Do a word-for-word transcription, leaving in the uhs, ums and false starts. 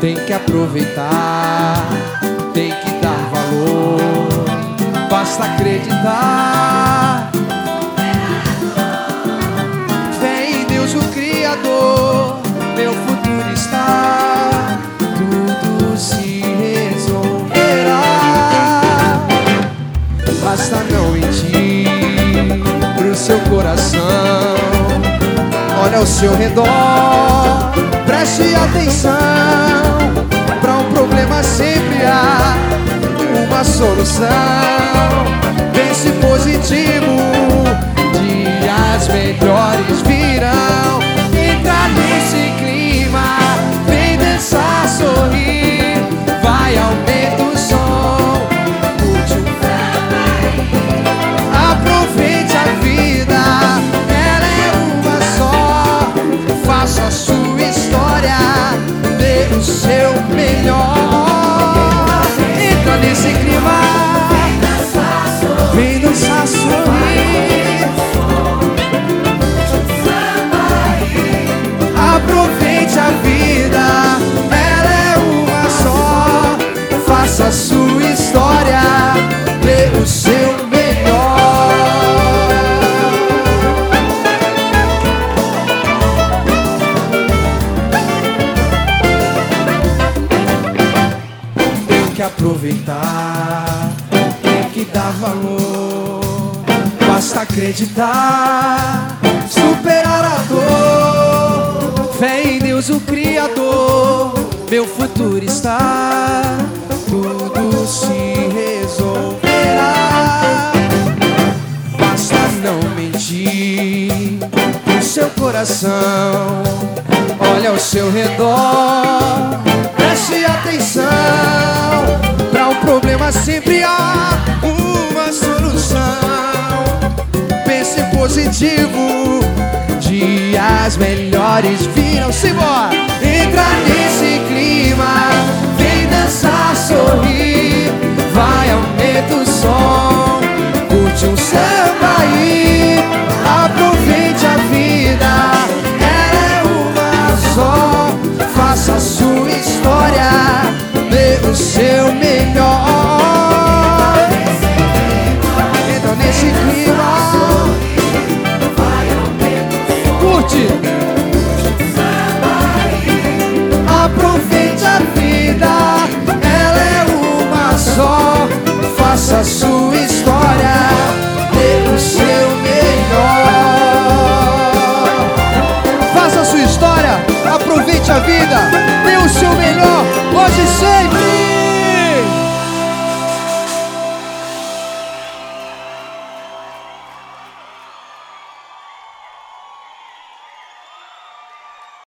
Tem que aproveitar, tem que dar valor, basta acreditar. Fé em Deus, o Criador, meu futuro está, tudo se resolverá. Basta não mentir pro seu coração, olha ao seu redor, preste atenção. Pra um problema sempre há uma solução. Pense positivo, dias melhores virão. Entra nesse clima, vem dançar, sorrir. Vai, aumenta o som, curte o samba. Aproveite a vida, ela é uma só. Faça a sua história, dê o seu melhor. Entra nesse clima, vem dançar, sorrir. Aproveite a vida, ela é uma só. Faça a sua história, dê o seu melhor. Tem que aproveitar, tem que dar valor, basta acreditar, superar a dor. Fé em Deus, o Criador, meu futuro está, tudo se resolverá. Basta não mentir pro seu coração, olha ao seu redor, preste atenção. Pra um problema sempre há uma solução. Pense positivo, dias melhores virão. Simbora! Entra nesse clima, vem dançar, sorrir. Vai, aumenta o som, curte um samba aí. Aproveite a vida, ela é uma só. Faça a sua história, dê o seu melhor. Entra nesse clima, curte. Aproveite a vida, ela é uma só. Faça a sua história, dê o seu melhor. Faça a sua história, aproveite a vida.